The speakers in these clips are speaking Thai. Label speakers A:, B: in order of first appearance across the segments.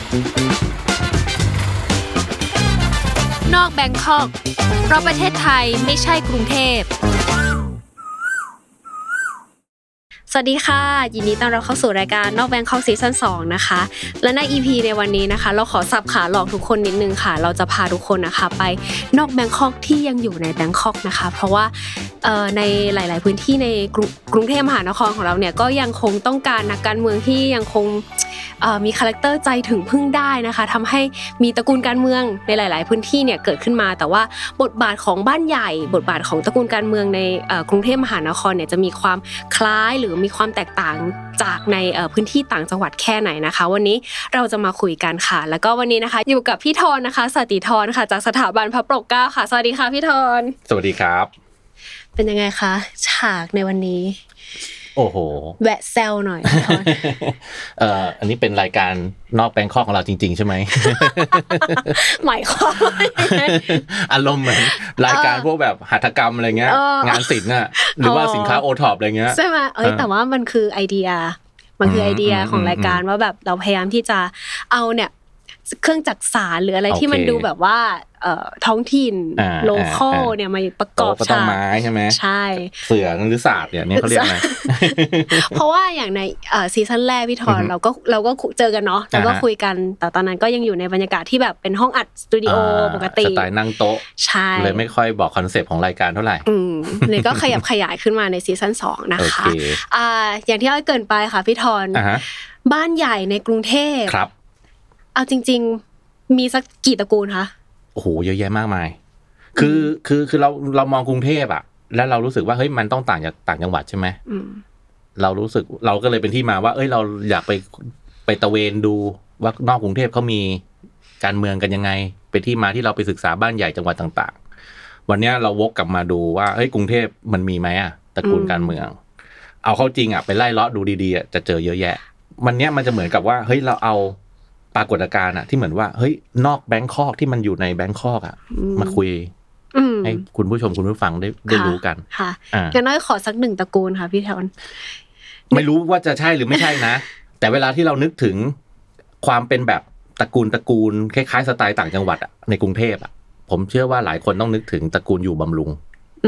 A: นอกแบงคอกเพราะประเทศไทยไม่ใช่กรุงเทพสวัสดีค่ะยินดีต้อนรับเข้าสู่รายการนอกแบงคอกซีซั่น2นะคะและใน EP ในวันนี้นะคะเราขอสับขาหลอกทุกคนนิดนึงค่ะเราจะพาทุกคนนะคะไปนอกแบงคอกที่ยังอยู่ในแบงคอกนะคะเพราะว่าในหลายๆพื้นที่ในกรุงเทพมหานครของเราเนี่ยก็ยังคงต้องการนักการเมืองที่ยังคงมีคาแรคเตอร์ใจถึงพึ่งได้นะคะทำให้มีตระกูลการเมืองในหลายๆพื้นที่เนี่ยเกิดขึ้นมาแต่ว่าบทบาทของบ้านใหญ่บทบาทของตระกูลการเมืองในกรุงเทพมหานครเนี่ยจะมีความคล้ายหรือมีความแตกต่างจากในพื้นที่ต่างจังหวัดแค่ไหนนะคะวันนี้เราจะมาคุยกันค่ะแล้วก็วันนี้นะคะอยู่กับพี่ธรนะคะสติธรค่ะจากสถาบันพระปกเกล้าค่ะสวัสดีค่ะพี่ธร
B: สวัสดีครับ
A: เป็นยังไงคะฉากในวันนี้
B: โอ้โห
A: แวะแซวหน่อยพี่ธร
B: อันนี้เป็นรายการนอกแบงคอกของเราจริงๆใช่ไหม
A: หมายความ
B: อารมณ์เหมือนรายการพวกแบบหัตถกรรมอะไรเงี้ยงานศิลป์น่ะหรือว่าสินค้าโอท็อปอะไรเงี้ย
A: ใช่ไหมแต่ว่ามันคือไอเดียของรายการว่าแบบเราพยายามที่จะเอาเนี่ยเครื่องจักสานหรืออะไรที่มันดูแบบว่าท้องถิ่นโลคอลเนี่ยมาประกอบฉาก
B: ต้นไม้ใช่ไหม
A: ใช่
B: เสือหรือศาสตร์เนี่ยเขาเรียกอะไร
A: เพราะว่าอย่างในซีซั่นแรกพี่ธรเราก็เจอกันเนาะแล้วก็คุยกันแต่ตอนนั้นก็ยังอยู่ในบรรยากาศที่แบบเป็นห้องอัดสตูดิโอปกติ
B: สไตล์นั่งโต๊ะ
A: ใช่
B: เลยไม่ค่อยบอกคอนเซปต์ของรายการเท่าไหร่
A: เลยก็ขยับขยายขึ้นมาในซีซั่น2นะคะอย่างที่อ้อยเกินไปค่ะพี่ธรบ้านใหญ่ในกรุงเทพ
B: ครับ
A: เอาจริงๆมีสักกี่ตระกูลคะ
B: โอ้โหเยอะแยะมากมายคือเรามองกรุงเทพอ่ะแล้วเรารู้สึกว่าเฮ้ยมันต้องต่างจากต่างจังหวัดใช่ไหมเรารู้สึกเราก็เลยเป็นที่มาว่าเอ้ยเราอยากไปตะเวนดูว่านอกกรุงเทพเขามีการเมืองกันยังไงเป็นที่มาที่เราไปศึกษาบ้านใหญ่จังหวัดต่างๆวันนี้เราวกกลับมาดูว่าเฮ้ยกรุงเทพมันมีไหมอ่ะตระกูลการเมืองเอาเข้าจริงอ่ะไปไล่เลาะดูดีๆอ่ะจะเจอเยอะแยะวันนี้มันจะเหมือนกับว่าเฮ้ยเราเอาปรากฏการณ์อ่ะที่เหมือนว่าเฮ้ยนอกแบงคอกที่มันอยู่ในแบงคอกอ่ะมาคุยให้คุณผู้ชมคุณผู้ฟังได้รู้กัน
A: ค่ะงั้นน้อยขอสัก1ตระกูลค่ะพี่ธร
B: ไม่รู้ว่าจะใช่หรือไม่ใช่นะแต่เวลาที่เรานึกถึงความเป็นแบบตระกูลคล้ายๆสไตล์ต่างจังหวัดอ่ะในกรุงเทพอ่ะผมเชื่อว่าหลายคนต้องนึกถึงตระกูลอยู่บำรุง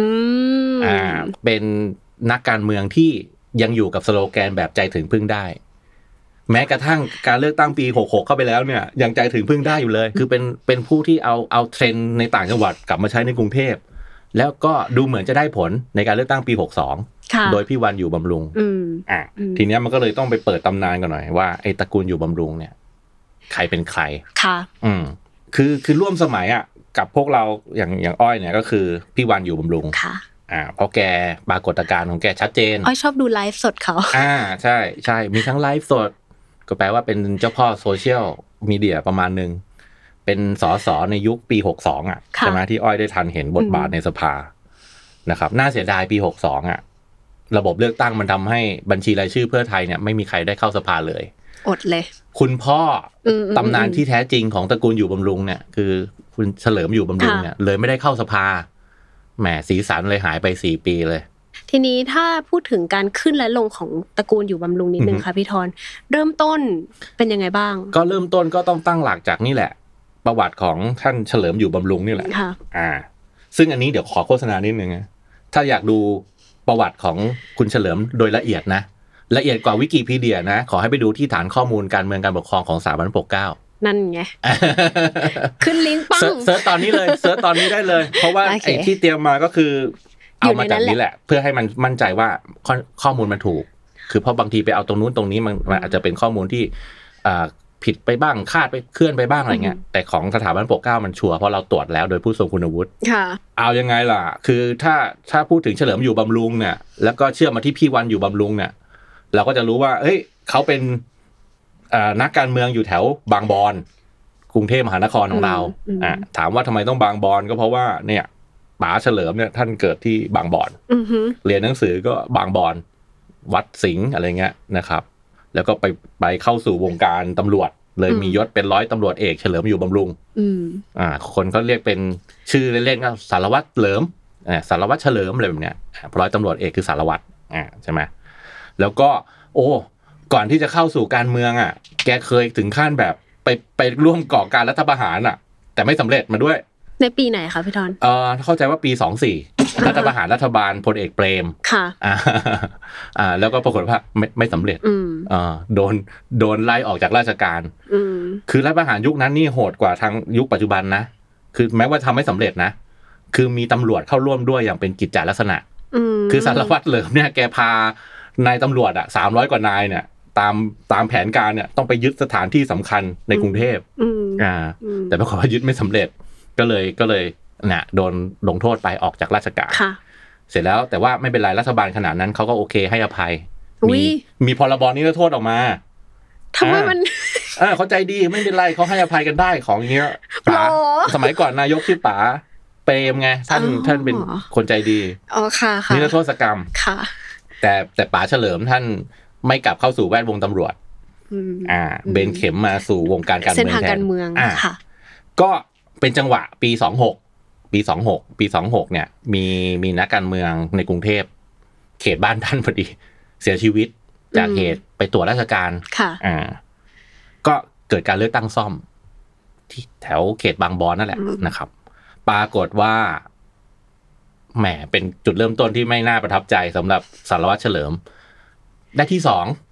B: เป็นนักการเมืองที่ยังอยู่กับสโลแกนแบบใจถึงพึ่งได้แม้กระทั่งการเลือกตั้งปี66เข้าไปแล้วเนี่ยยังใจถึงพึ่งได้อยู่เลยคือเป็นผู้ที่เอาเทรนด์ในต่างจังหวัดกลับมาใช้ในกรุงเทพแล้วก็ดูเหมือนจะได้ผลในการเลือกตั้งปี62โดยพี่วันอยู่บำรุงทีนี้มันก็เลยต้องไปเปิดตำนานกันหน่อยว่าไอ้ตระกูลอยู่บำรุงเนี่ยใครเป็นใคร
A: ค่ะ
B: คือร่วมสมัยอ่ะกับพวกเราอย่างอ้อยเนี่ยก็คือพี่วันอยู่บำรุง
A: ค่ะ
B: เพราะแกปรากฏการณ์ของแกชัดเจน
A: อ้อยชอบดูไลฟ์สดเขา
B: ใช่มีทั้งไลฟ์สดก็แปลว่าเป็นเจ้าพ่อโซเชียลมีเดียประมาณนึงเป็นสสในยุคปี62อ่ะใช่ไหมที่อ้อยได้ทันเห็นบทบาทในสภานะครับน่าเสียดายปี62อ่ะระบบเลือกตั้งมันทำให้บัญชีรายชื่อเพื่อไทยเนี่ยไม่มีใครได้เข้าสภาเลย
A: อดเลย
B: คุณพ่อตำนานที่แท้จริงของตระกูลอยู่บำรุงเนี่ยคือคุณเฉลิมอยู่บำรุงเนี่ยเลยไม่ได้เข้าสภาแหมสีสันเลยหายไป4 ปีเลย
A: ทีนี้ถ้าพูดถึงการขึ้นและลงของตระกูลอยู่บำรุงนิดนึงค่ะพี่ธรเริ่มต้นเป็นยังไงบ้าง
B: ก็เริ่มต้นก็ต้องตั้งหลักจากนี่แหละประวัติของท่านเฉลิมอยู่บำรุงนี่แหละซึ่งอันนี้เดี๋ยวขอโฆษณานิดนึงนะถ้าอยากดูประวัติของคุณเฉลิมโดยละเอียดนะละเอียดกว่าวิกิพีเดียนะขอให้ไปดูที่ฐานข้อมูลการเมืองการปกครองของสถาบันปกเกล้า
A: นั่นไงขึ้นลิงก์ปัง
B: เสิร์ชตอนนี้เลยเสิร์ชตอนนี้ได้เลยเพราะว่าไอ้ที่เตรียมมาก็คือเอามาจากนี้แหละเพื่อให้มันมั่นใจว่าข้อมูลมันถูกคือเพราะบางทีไปเอาตรงนู้นตรงนี้มันอาจจะเป็นข้อมูลที่ผิดไปบ้างคาดไปเคลื่อนไปบ้างอะไรเงี้ยแต่ของสถาบันปกเกล้ามันชัวร์เพราะเราตรวจแล้วโดยผู้ทรงคุณวุฒิเอายังไงล่ะคือถ้าพูดถึงเฉลิมอยู่บำรุงเนี่ยแล้วก็เชื่อมาที่พี่วันอยู่บำรุงเนี่ยเราก็จะรู้ว่าเฮ้ยเขาเป็นนักการเมืองอยู่แถวบางบอนกรุงเทพมหานครของเราถามว่าทำไมต้องบางบอนก็เพราะว่าเนี่ยป๋าเฉลิมเนี่ยท่านเกิดที่บางบอนเรียนหนังสือก็บางบอนวัดสิงห์อะไรเงี้ยนะครับแล้วก็ไปเข้าสู่วงการตำรวจเลยมียศเป็นร้อยตำรวจเอกเฉลิมอยู่บำรุงคนก็เรียกเป็นชื่อเล่นๆก็สารวัตรเหลิมสารวัตรเฉลิมอะไรแบบเนี้ยร้อยตำรวจเอกคือสารวัตรใช่ไหมแล้วก็ก่อนที่จะเข้าสู่การเมืองแกเคยถึงขั้นแบบไปร่วมก่อการรัฐประหารอ่ะแต่ไม่สำเร็จมาด้วย
A: ในปีไหนคะพี่ทอน
B: เข้าใจว่าปี24รัฐประหารรัฐบาลพลเอกเปรม
A: ค่ะ
B: แล้วก็ปรากฏว่าไม่สำเร็จโดนไล่ออกจากราชการคือรัฐประหารยุคนั้นนี่โหดกว่าทางยุคปัจจุบันนะคือแม้ว่าทำไม่สำเร็จนะคือมีตำรวจเข้าร่วมด้วยอย่างเป็นกิจจลักษณะคือสารวัตรเหลิมเนี่ยแกพานายตำรวจ300 กว่านายเนี่ยตามแผนการเนี่ยต้องไปยึดสถานที่สำคัญในกรุงเทพแต่ปรากฏว่ายึดไม่สำเร็จก็เลยเนี่ยโดนลงโทษไปออกจากราชการเสร็จแล้วแต่ว่าไม่เป็นไรรัฐบาลขนาดนั้นเขาก็โอเคให้อภัยมีพรบนิรโทษออกมา
A: ทำไมมัน
B: เขาใจดีไม่เป็นไรเขาให้อภัยกันได้ของอย่างเงี้ยป๋าสมัยก่อนนายกชื่อป๋าเปรมไงท่านเป็นคนใจดี
A: ค่ะ
B: นิรโทษกรรม
A: ค่ะ
B: แต่ป๋าเฉลิมท่านไม่กลับเข้าสู่แวดวงตำรวจเบนเข็มมาสู่วงการการเมืองแทน
A: เส้นทางการเมืองค่ะ
B: ก็เป็นจังหวะปี26เนี่ยมีนักการเมืองในกรุงเทพเขตบ้านท่านพอดีเสียชีวิตจากเหตุไปตรวจราชการก็เกิดการเลือกตั้งซ่อมที่แถวเขตบางบอนนั่นแหละนะครับปรากฏว่าแหมเป็นจุดเริ่มต้นที่ไม่น่าประทับใจสำหรับสารวัตรเฉลิมได้ที่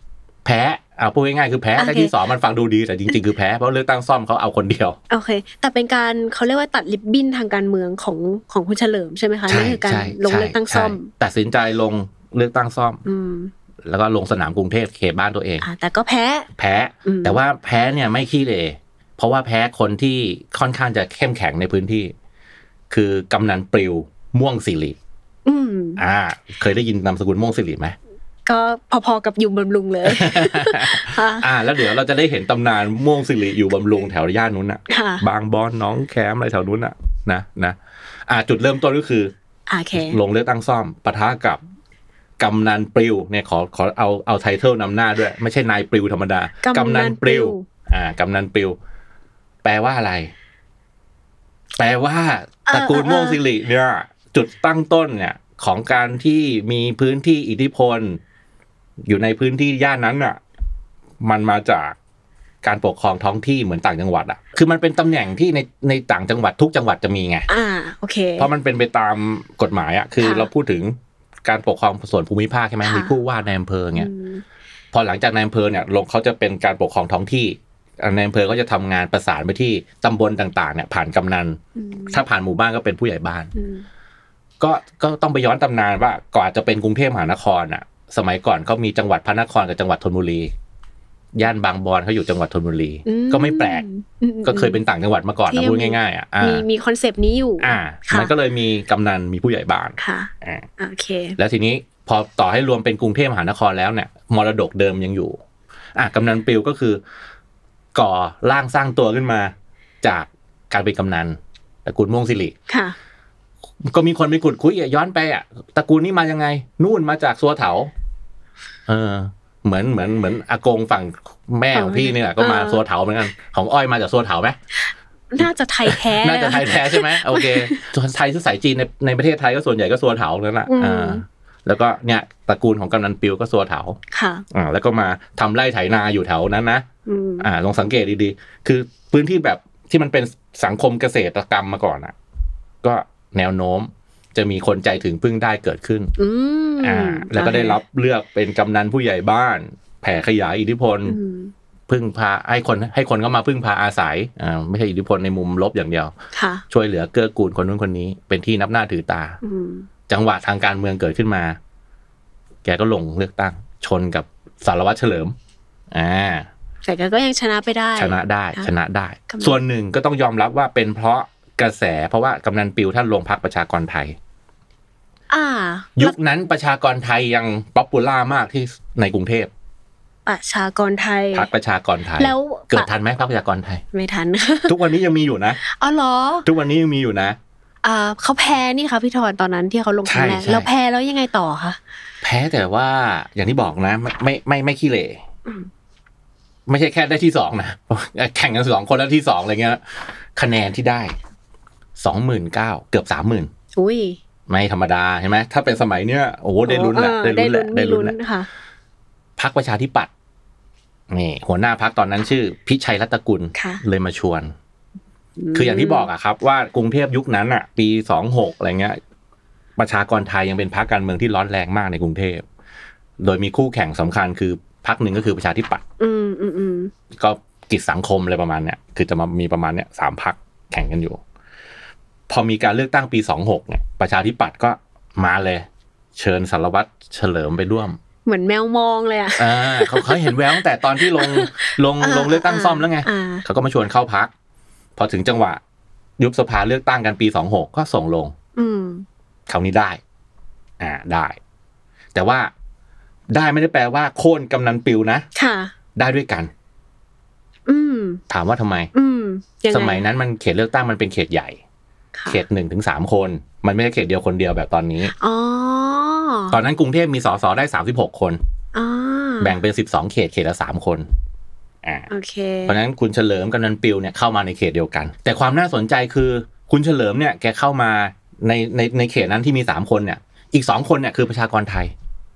B: 2แพ้พูดง่ายๆคือแพ้ได้ที่2มันฟังดูดีแต่จริงๆคือแพ้เพราะเลือกตั้งซ่อมเขาเอาคนเดียว
A: โอเคแต่เป็นการเขาเรียกว่าตัดริบบิ้นทางการเมืองของคุณเฉลิมใช่ไหมคะนี่คือการลงเลือกตั้งซ่อม
B: ตัดสินใจลงเลือกตั้งซ่อมแล้วก็ลงสนามกรุงเทพเขตบ้านตัวเอง
A: แต่ก็แพ้
B: แต่ว่าแพ้เนี่ยไม่ขี้เหร่เพราะว่าแพ้คนที่ค่อนข้างจะเข้มแข็งในพื้นที่คือกำนันปลิวม่วงสิริเคยได้ยินนามสกุลม่วงสิริไหม
A: ก็พอๆกับอยู่บำรุงเลย
B: แล้วเดี๋ยวเราจะได้เห็นตำนานม่วงสิริอยู่บำรุงแถวย่านนู้นบางบอนน้องแคมอะไรแถวนู้นนะจุดเริ่มต้นก็คือลงเลือกตั้งซ่อมปะทะกับกำนันปลิวเนี่ยขอเอาไทเทิลนำหน้าด้วยไม่ใช่นายปลิวธรรมดากำนันปลิวกำนันปลิวแปลว่าอะไรแปลว่าตระกูลม่วงสิริเนี่ยจุดตั้งต้นเนี่ยของการที่มีพื้นที่อิทธิพลอยู่ในพื้นที่ย่านนั้นน่ะมันมาจากการปกครองท้องที่เหมือนต่างจังหวัดคือมันเป็นตำแหน่งที่ในต่างจังหวัดทุกจังหวัดจะมีไง
A: โอเค
B: เพราะมันเป็นไปตามกฎหมายคือเราพูดถึงการปกครองส่วนภูมิภาคใช่ไหมมีผู้ว่าในอำเภอเนี่ยพอหลังจากในอำเภอเนี่ยลงเขาจะเป็นการปกครองท้องที่ในอำเภอก็จะทำงานประสานไปที่ตำบลต่างๆเนี่ยผ่านกำนันถ้าผ่านหมู่บ้านก็เป็นผู้ใหญ่บ้านก็ต้องไปย้อนตำนานว่าก่อนจะเป็นกรุงเทพมหานครสมัยก่อนเขามีจังหวัดพระนครกับจังหวัดธนบุรีย่านบางบอนเขาอยู่จังหวัดธนบุรีก็ไม่แปลกก็เคยเป็นต่างจังหวัดมาก่อนนะพูดง่าย
A: ๆมีคอนเซปต์นี้อยู่
B: มันก็เลยมีกำนันมีผู้ใหญ่บ้าน
A: ค่ะโอเค
B: แล้วทีนี้พอต่อให้รวมเป็นกรุงเทพมหานครแล้วเนี่ยมรดกเดิมยังอยู่กำนันปลิวก็คือก่อร่างสร้างตัวขึ้นมาจากการเป็นกำนันตระกูลม่วงสิริ
A: ค่ะ
B: ก็มีคนไปขุดคุยย้อนไปตระกูลนี้มายังไงนู่นมาจากซัวเถาเหมือนอากงฝั่งแม่ของพี่นี่แหละก็มาซัวเถาเหมือนกันของอ้อยมาจากซัวเถาไหม
A: น่าจะไทยแท้
B: น่าจะไทยแท้ใช่ไหมโอเคส่วนไทยสายจีนในประเทศไทยก็ส่วนใหญ่ก็ซัวเถานั่นแหละแล้วก็เนี่ยตระกูลของกำนันปิวก็ซัวเถา
A: ค่ะ
B: แล้วก็มาทำไร่ไถนาอยู่แถวนั้นนะลองสังเกตดีๆคือพื้นที่แบบที่มันเป็นสังคมเกษตรกรรมมาก่อนก็แนวโน้มจะมีคนใจถึงพึ่งได้เกิดขึ้นแล้วก็ได้รับเลือกเป็นกำนันผู้ใหญ่บ้านแผ่ขยายอิทธิพลพึ่งพาให้คนก็มาพึ่งพาอาศัยไม่ใช่อิทธิพลในมุมลบอย่างเดียวช่วยเหลือเกื้อกูลคนนู้นคนนี้เป็นที่นับหน้าถือตาจังหวะทางการเมืองเกิดขึ้นมาแกก็ลงเลือกตั้งชนกับสารวัตรเฉลิม
A: แต่แกก็ยังชนะไปได้
B: ชนะได้ส่วนหนึ่งก็ต้องยอมรับว่าเป็นเพราะกระแสเพราะว่ากำนันปิวท่านลงพรรคประชากรไทยยุคนั้นประชากรไทยยังป๊อปปูล่ามากที่ในกรุงเทพ
A: ประชากรไทย
B: พรรคประชากรไทยแล้วเกิดทันไหมพรรคประชากรไทย
A: ไม่ทัน
B: ทุกวันนี้ยังมีอยู่นะ
A: เหรอ
B: ทุกวันนี้ยังมีอยู่นะ
A: เขาแพ้นี่ค่ะพี่ธรตอนนั้นที่เขาลงคะแนนแล้วแพ้แล้วยังไงต่อคะ
B: แพ้แต่ว่าอย่างที่บอกนะไม่ขี้เหร่ไม่ใช่แค่ได้ที่2นะแข่งกัน2คนแล้วที่2อะไรเงี้ยคะแนนที่ได้29,000เกือบ 30,000
A: อุ้ย
B: ไม่ธรรมดาใช่ไหมถ้าเป็นสมัยเนี้ยโอ้ได้ลุ้นแหละได้ลุ้นค่ะพรรคประชาธิปัตย์นี่หัวหน้าพรรคตอนนั้นชื่อพิชัยรัตนกุลเลยมาชวนคืออย่างที่บอกอะครับว่ากรุงเทพยุคนั้นอะปี26อะไรเงี้ยประชากรไทยยังเป็นพรรคการเมืองที่ร้อนแรงมากในกรุงเทพโดยมีคู่แข่งสำคัญคือพรรคหนึ่งก็คือประชาธิปัตย์ก็กิจสังคมอะไรประมาณเนี้ยคือจะมามีประมาณเนี้ย3พรรคแข่งกันอยู่พอมีการเลือกตั้งปี26เนี่ยประชาธิปัตย์ก็มาเลยเชิญสารวัตรเฉลิมไปร่วม
A: เหมือนแมวมองเลยอ่ะ
B: เขาเห็นแววตั้งแต่ตอนที่ลงเลือกตั้งซ่อมแล้วไงเขาก็มาชวนเข้าพรรคพอถึงจังหวะยุบสภาเลือกตั้งกันปี26ก็ส่งลงคราวนี้ได้ได้แต่ว่าได้ไม่ได้แปลว่าโค่นกำนันปิวนะ
A: ค่ะ
B: ได้ด้วยกันถามว่าทำไมสมัยนั้นมันเขตเลือกตั้งมันเป็นเขตใหญ่เขต1-3 คนมันไม่ใช่เขตเดียวคนเดียวแบบตอนนี้ตอนนั้นกรุงเทพมีสสได้36 คนแบ่งเป็น12เขตละ3 คน
A: โอเค
B: เพราะฉะนั้นคุณเฉลิมกำนันปิวเนี่ยเข้ามาในเขตเดียวกันแต่ความน่าสนใจคือคุณเฉลิมเนี่ยแกเข้ามาในเขตนั้นที่มี3 คนเนี่ยอีก2 คนเนี่ยคือประชากรไทย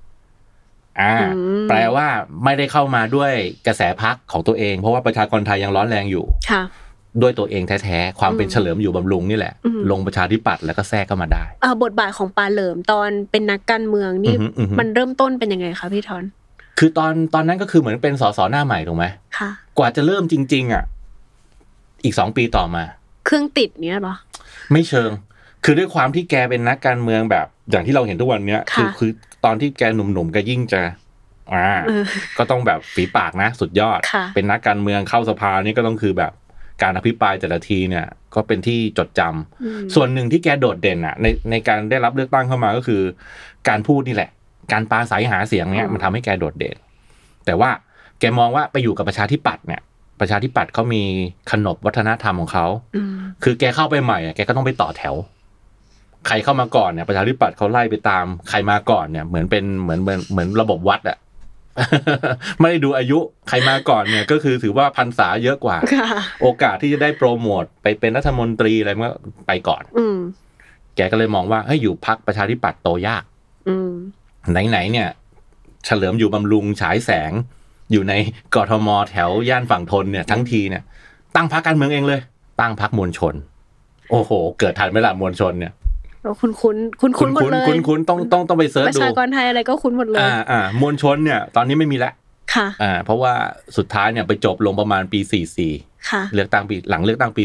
B: แปลว่าไม่ได้เข้ามาด้วยกระแสพรรคของตัวเองเพราะว่าประชากรไทยยังร้อนแรงอยู่ด้วยตัวเองแท้ๆความเป็นเฉลิมอยู่บำรุงนี่แหละลงประชาธิปัตย์แล้วก็แทรกเข้ามาได้
A: บทบาทของปาเหลิมตอนเป็นนักการเมืองนี่มันเริ่มต้นเป็นยังไงคะพี่ทอน
B: คือตอนนั้นก็คือเหมือนเป็นสสหน้าใหม่ถูกไหม
A: ค่ะ
B: กว่าจะเริ่มจริงๆอีก2 ปีต่อมา
A: เครื่องติดเนี้ยเหรอ
B: ไม่เชิงคือด้วยความที่แกเป็นนักการเมืองแบบอย่างที่เราเห็นทุกวันเนี้ยคือตอนที่แกหนุ่มๆแกยิ่งจะก็ต้องแบบฝีปากนะสุดยอดเป็นนักการเมืองเข้าสภานี่ก็ต้องคือแบบการอภิปรายแต่ละทีเนี่ยก็เป็นที่จดจำส่วนหนึ่งที่แกโดดเด่นในการได้รับเลือกตั้งเข้ามาก็คือการพูดนี่แหละการปราศัยหาเสียงเนี่ยมันทำให้แกโดดเด่นแต่ว่าแกมองว่าไปอยู่กับประชาธิปัตย์เนี่ยประชาธิปัตย์เขามีขนบวัฒนธรรมของเขาคือแกเข้าไปใหม่แกก็ต้องไปต่อแถวใครเข้ามาก่อนเนี่ยประชาธิปัตย์เขาไล่ไปตามใครมาก่อนเนี่ยเหมือนระบบวัดอะไม่ได้ดูอายุใครมาก่อนเนี่ยก็คือถือว่าพรรษาเยอะกว่าโอกาสที่จะได้โปรโมทไปเป็นรัฐมนตรีอะไรมันก็ไปก่อนแกก็เลยมองว่าเฮ้ยอยู่พรรคประชาธิปัตย์โตยากไหนเนี่ยเฉลิมอยู่บำรุงฉายแสงอยู่ในกทมแถวย่านฝั่งทนเนี่ยทั้งทีเนี่ยตั้งพรรคการเมืองเองเลยตั้งพรรคมวลชนโอ้โหเกิดทันไหมล่ะมวลชนเนี่ย
A: คุ้นหมดเลย
B: คุ้นต้องไปเสิร์ชดู
A: ประชากรไทยอะไรก็คุ้นหมดเลย
B: มวลชนเนี่ยตอนนี้ไม่มีแล้ว
A: ค่ะ
B: เพราะว่าสุดท้ายเนี่ยไปจบลงประมาณปี44
A: ค่ะ
B: เลือกตั้งปีหลังเลือกตั้งปี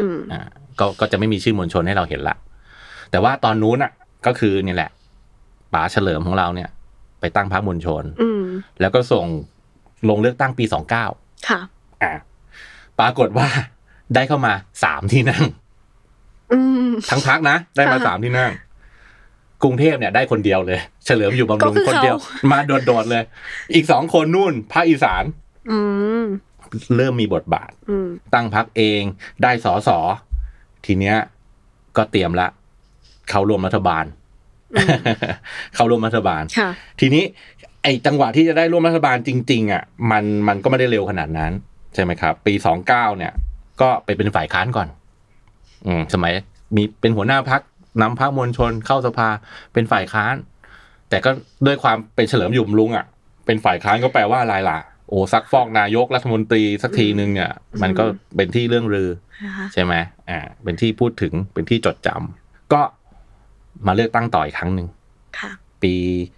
B: 44ก็จะไม่มีชื่อมวลชนให้เราเห็นละแต่ว่าตอนนู้นก็คือนี่แหละป๋าเฉลิมของเราเนี่ยไปตั้งพรรคมวลชนแล้วก็ส่งลงเลือกตั้งปี29
A: ค่ะ
B: ปรากฏว่าได้เข้ามา3 ที่นั่งทั้งพรรคนะได้มา3 ที่นั่งกรุงเทพเนี่ยได้คนเดียวเลยเฉลิมอยู่บำรุงคนเดียวมาโดดๆเลยอีก2 คนนู่นภาคอีสานเริ่มมีบทบาทตั้งพรรคเองได้สสทีเนี้ยก็เตรียมละเข้าร่วมรัฐบาลเข้าร่วมรัฐบาลทีนี้ไอ้จังหวะที่จะได้ร่วมรัฐบาลจริงๆมันก็ไม่ได้เร็วขนาดนั้นใช่ไหมครับปี29เนี่ยก็ไปเป็นฝ่ายค้านก่อนสมัยมีเป็นหัวหน้าพรรคนำพรรคมวลชนเข้าสภาเป็นฝ่ายค้านแต่ก็ด้วยความเป็นเฉลิมอยู่บำรุงเป็นฝ่ายค้านก็แปลว่าอะไรล่ะโอ้ซักฟอกนายกรัฐมนตรีสักทีนึงเนี่ยมันก็เป็นที่เรื่องลือใช่ไหมเป็นที่พูดถึงเป็นที่จดจำก็มาเลือกตั้งต่ออีกครั้งนึงปี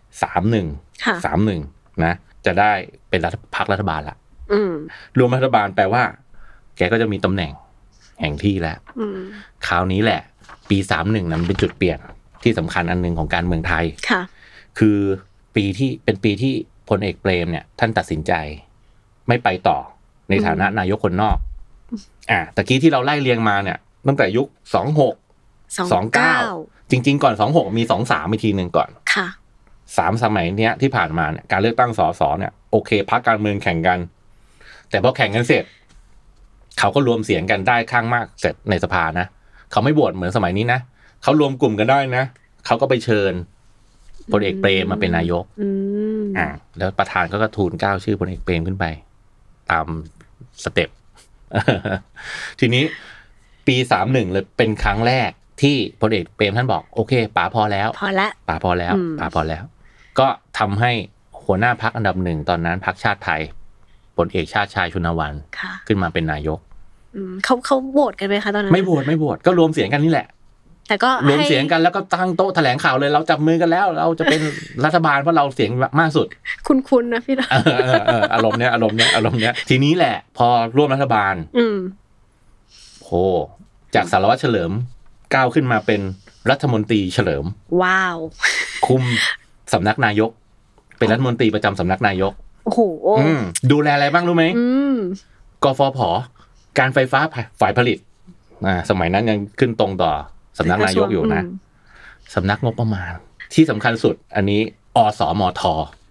B: 31นะจะได้เป็นพรรครัฐบาลละรวมรัฐบาลแปลว่าแกก็จะมีตำแหน่งแห่งที่แล้วคราวนี้แหละปี31นั้นเป็นจุดเปลี่ยนที่สำคัญอันนึงของการเมืองไทยคือเป็นปีที่พลเอกเปรมเนี่ยท่านตัดสินใจไม่ไปต่อในฐานะนายกคนนอกตะกี้ที่เราไล่เรียงมาเนี่ยตั้งแต่ยุค26 29จริงๆก่อน26มี23อีกทีนึงก่อน3 สมัยเนี้ยที่ผ่านมาเนี่ยการเลือกตั้งสสเนี่ยโอเคพรรคการเมืองแข่งกันแต่พอแข่งกันเสร็จเขาก็รวมเสียงกันได้ข้างมากเสร็จในสภานะเขาไม่โหวตเหมือนสมัยนี้นะเขารวมกลุ่มกันได้นะเขาก็ไปเชิญพลเอกเปรมมาเป็นนายกแล้วประธานก็ทูลเกล้าชื่อพลเอกเปรมขึ้นไปตามสเต็ป ทีนี้ปี31เลยเป็นครั้งแรกที่พลเอกเปรมท่านบอกโอเคป๋าพอแล้วป๋าพอแล้วก็ทำให้หัวหน้าพรรคอันดับ1ตอนนั้นพรรคชาติไทยพพลเอกชาติชายชุนวัน ขึ้นมาเป็นนายก
A: เขาโหวตกันไหมคะตอนนั้น
B: ไม่โหวตก็รวมเสียงกันนี่แหละ
A: แต่ก็
B: รวมเสียงกันแล้วก็ตั้งโต๊ะแถลงข่าวเลยเราจับมือกันแล้วเราจะเป็นรัฐบาลเพราะเราเสียงมากสุด
A: คุ้นๆนะพี่
B: อารมณ์เนี้ยทีนี้แหละพอร่วมรัฐบาลโหจากสารวัตรเฉลิมก้าวขึ้นมาเป็นรัฐมนตรีเฉลิม
A: ว้าว
B: คุมสำนักนายกเป็นรัฐมนตรีประจำสำนักนายก
A: โอ้โห
B: ดูแลอะไรบ้างรู้ไหมกฟผ.การไฟฟ้าฝ่ายผลิตสมัยนั้นยังขึ้นตรงต่อสำนักนายกอยู่นะสำนักงบประมาณที่สำคัญสุดอันนี้อสมท.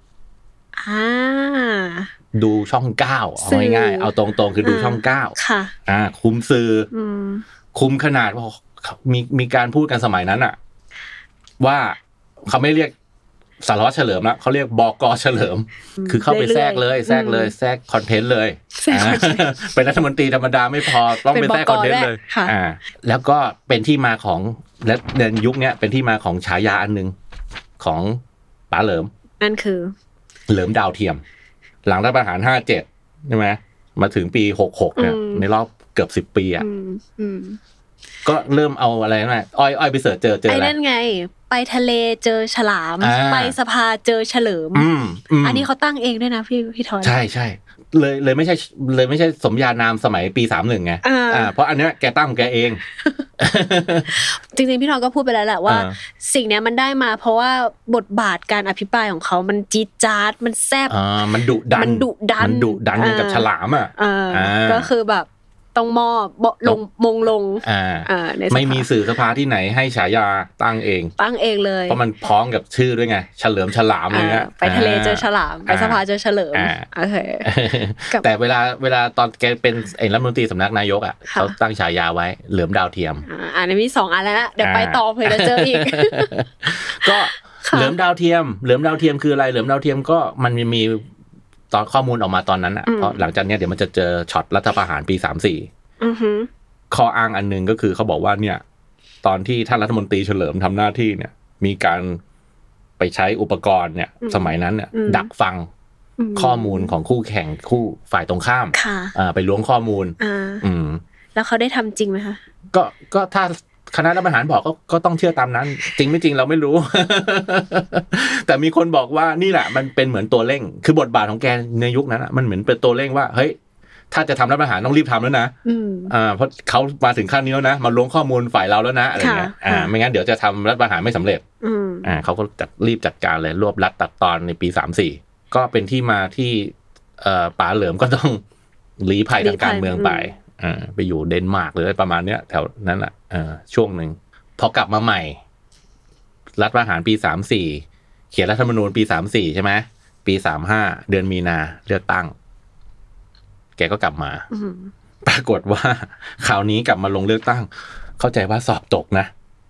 B: ดูช่อง9เอาง่ายๆเอาตรงๆคือดูช่อง9ค่ะคุมสื่อคุมขนาดมีการพูดกันสมัยนั้นอ่ะว่าเขาไม่เรียกสารวัตรเฉลิมละเขาเรียกบก.เฉลิมคือเข้าไปแทรกคอนเทนต์เลยเป็นรัฐมนตรีธรรมดาไม่พอต้องเป็นแทรกคอนเทนต์เลยแล้วก็เป็นที่มาของและในยุคนี้เป็นที่มาของฉายาอันนึงของป๋าเหลิม
A: นั่นคือ
B: เหลิมดาวเทียมหลังรัฐประหาร57ใช่ไหมมาถึงปี66เนี่ยในรอบเกือบ10ปีอ่ะก็เริ่มเอาอะไรนะอ้อยไปเสิร์ชเจออะไรไอ้
A: นั่นไงไปทะเลเจอฉลามไปสภาเจอเฉลิมอันนี้เขาตั้งเองด้วยนะพี่ทอน
B: ใช่เลยไม่ใช่สมญานามสมัยปี31ไงเพราะอันเนี้ยแกตั้งของแกเอง
A: จริงๆพี่ทอนก็พูดไปแล้วแหละว่าสิ่งเนี้ยมันได้มาเพราะว่าบทบาทการอภิปรายของเขามันจี๊ดจ๊าดมันแซ่บ
B: มันดุดันอย่างกับฉลามอ่ะ
A: ก็คือแบบต้องมอบมงลง
B: ไม่มีสื่อสภาที่ไหนให้ฉายาตั้งเอง
A: เลย
B: เพราะมันพ้องกับชื่อด้วยไงเฉลิมฉลามอะไรเงี้ย
A: ไปทะเลเจอฉลามไปสภาเจอเฉลิมโอเค
B: แต่เวลาตอนแกเป็นรัฐมนตรีสำนักนายกอ่ะเขาตั้งฉายาไว้เหลิมดาวเทียม
A: อันนี้มี2อันแล้วเดี๋ยวไปต่อเผื่อจะเจออีก
B: ก็เหลิมดาวเทียมคืออะไรเหลิมดาวเทียมก็มันมีตอนข้อมูลออกมาตอนนั้นอ่ะเพราะหลังจากนี้เดี๋ยวมันจะเจอช็อตรัฐประหารปี34ข้ออ้างอันนึงก็คือเขาบอกว่าเนี่ยตอนที่ท่านรัฐมนตรีเฉลิมทำหน้าที่เนี่ยมีการไปใช้อุปกรณ์เนี่ยสมัยนั้นเนี่ยดักฟังข้อมูลของคู่แข่งคู่ฝ่ายตรงข้ามไปล้วงข้อมูล
A: แล้วเขาได้ทำจริงไหมคะ
B: ก็ถ้าคณะรัฐประหารบอกก็ต้องเชื่อตามนั้นจริงไม่จริงเราไม่รู้ แต่มีคนบอกว่านี่แหละมันเป็นเหมือนตัวเร่งคือบทบาทของแกในยุคนั้นมันเหมือนเป็นตัวเร่งว่าเฮ้ยถ้าจะทำรัฐประหารต้องรีบทำแล้วนะเพราะเขามาถึงขั้นนี้แล้วนะมาล้วงข้อมูลฝ่ายเราแล้วนะอะไรเงี้ยไม่งั้นเดี๋ยวจะทำรัฐประหารไม่สำเร็จเขาก็รีบจัดการเลยรวบรัดตัดตอนในปี34ก็เป็นที่มาที่ป๋าเหลิมก็ต้องลี้ภัยทางการเมืองไปอยู่เดนมาร์กหรือประมาณเนี้ยแถวนั้นแหละช่วงหนึ่งพอกลับมาใหม่รัฐประหารปี34เขียนรัฐธรรมนูญปี34ใช่ไหมปี35เดือนมีนาเลือกตั้งแกก็กลับมาปรากฏว่าคราวนี้กลับมาลงเลือกตั้งเข้าใจว่าสอบตกนะ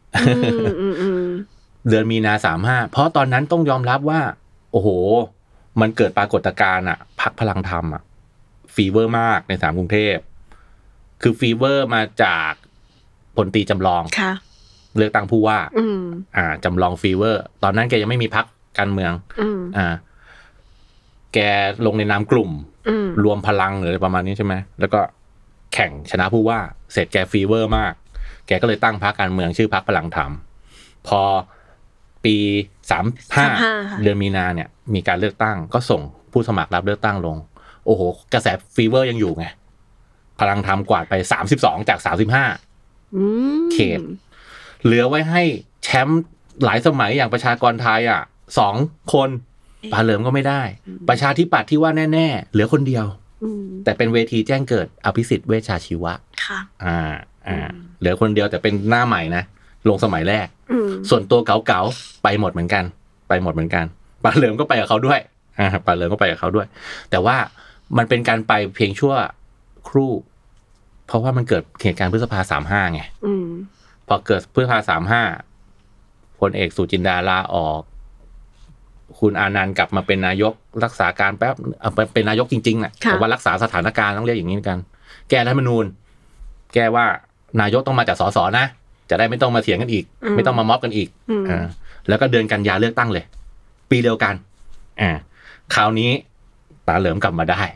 B: เดือนมีนา35เพราะตอนนั้นต้องยอมรับว่าโอ้โหมันเกิดปรากฏการณ์อ่ะพรรคพลังธรรมอ่ะฟีเวอร์มากใน3กรุงเทพคือฟีเวอร์มาจากพลตรีจำลองเลือกตั้งผู้ว่าจำลองฟีเวอร์ตอนนั้นแกยังไม่มีพรรคการเมืองแกลงในนามกลุ่มรวมพลังหรือประมาณนี้ใช่ไหมแล้วก็แข่งชนะผู้ว่าเสร็จแกฟีเวอร์มากแกก็เลยตั้งพรรคการเมืองชื่อพรรคพลังธรรมพอปี35เดือนมีนาเนี่ยมีการเลือกตั้งก็ส่งผู้สมัครรับเลือกตั้งลงโอ้โหกระแสฟีเวอร์ยังอยู่ไงพลังธรรมกวาดไป32จาก35เขตเหลือไว้ให้แชมป์หลายสมัยอย่างประชากรไทยอ่ะ2คนป๋าเหลิมก็ไม่ได้ประชาธิปัตย์ที่ว่าแน่ๆเหลือคนเดียวแต่เป็นเวทีแจ้งเกิดอภิสิทธิ์เวชชาชีวะค่ะเหลือคนเดียวแต่เป็นหน้าใหม่นะลงสมัยแรกส่วนตัวเก๋าๆไปหมดเหมือนกันป๋าเหลิมก็ไปกับเขาด้วยป๋าเหลิมก็ไปกับเขาด้วยแต่ว่ามันเป็นการไปเพียงชั่วครู่เพราะว่ามันเกิดเหตุการณ์พฤษภา35ไงพอเกิดพฤษภา35พลเอกสุจินดาลาออกคุณอานันต์กลับมาเป็นนายกรักษาการแป๊บเป็นนายกจริงๆน่ะแต่ว่ารักษาสถานการณ์ต้องเรียกอย่างนี้กันแก้รัฐธรรมนูญแก้ว่านายกต้องมาจากสสนะจะได้ไม่ต้องมาเถียงกันอีกไม่ต้องมาม็อบกันอีกแล้วก็เดือนกันยาเลือกตั้งเลยปีเดียวกันคราวนี้ป๋าเหลิมกลับมาได้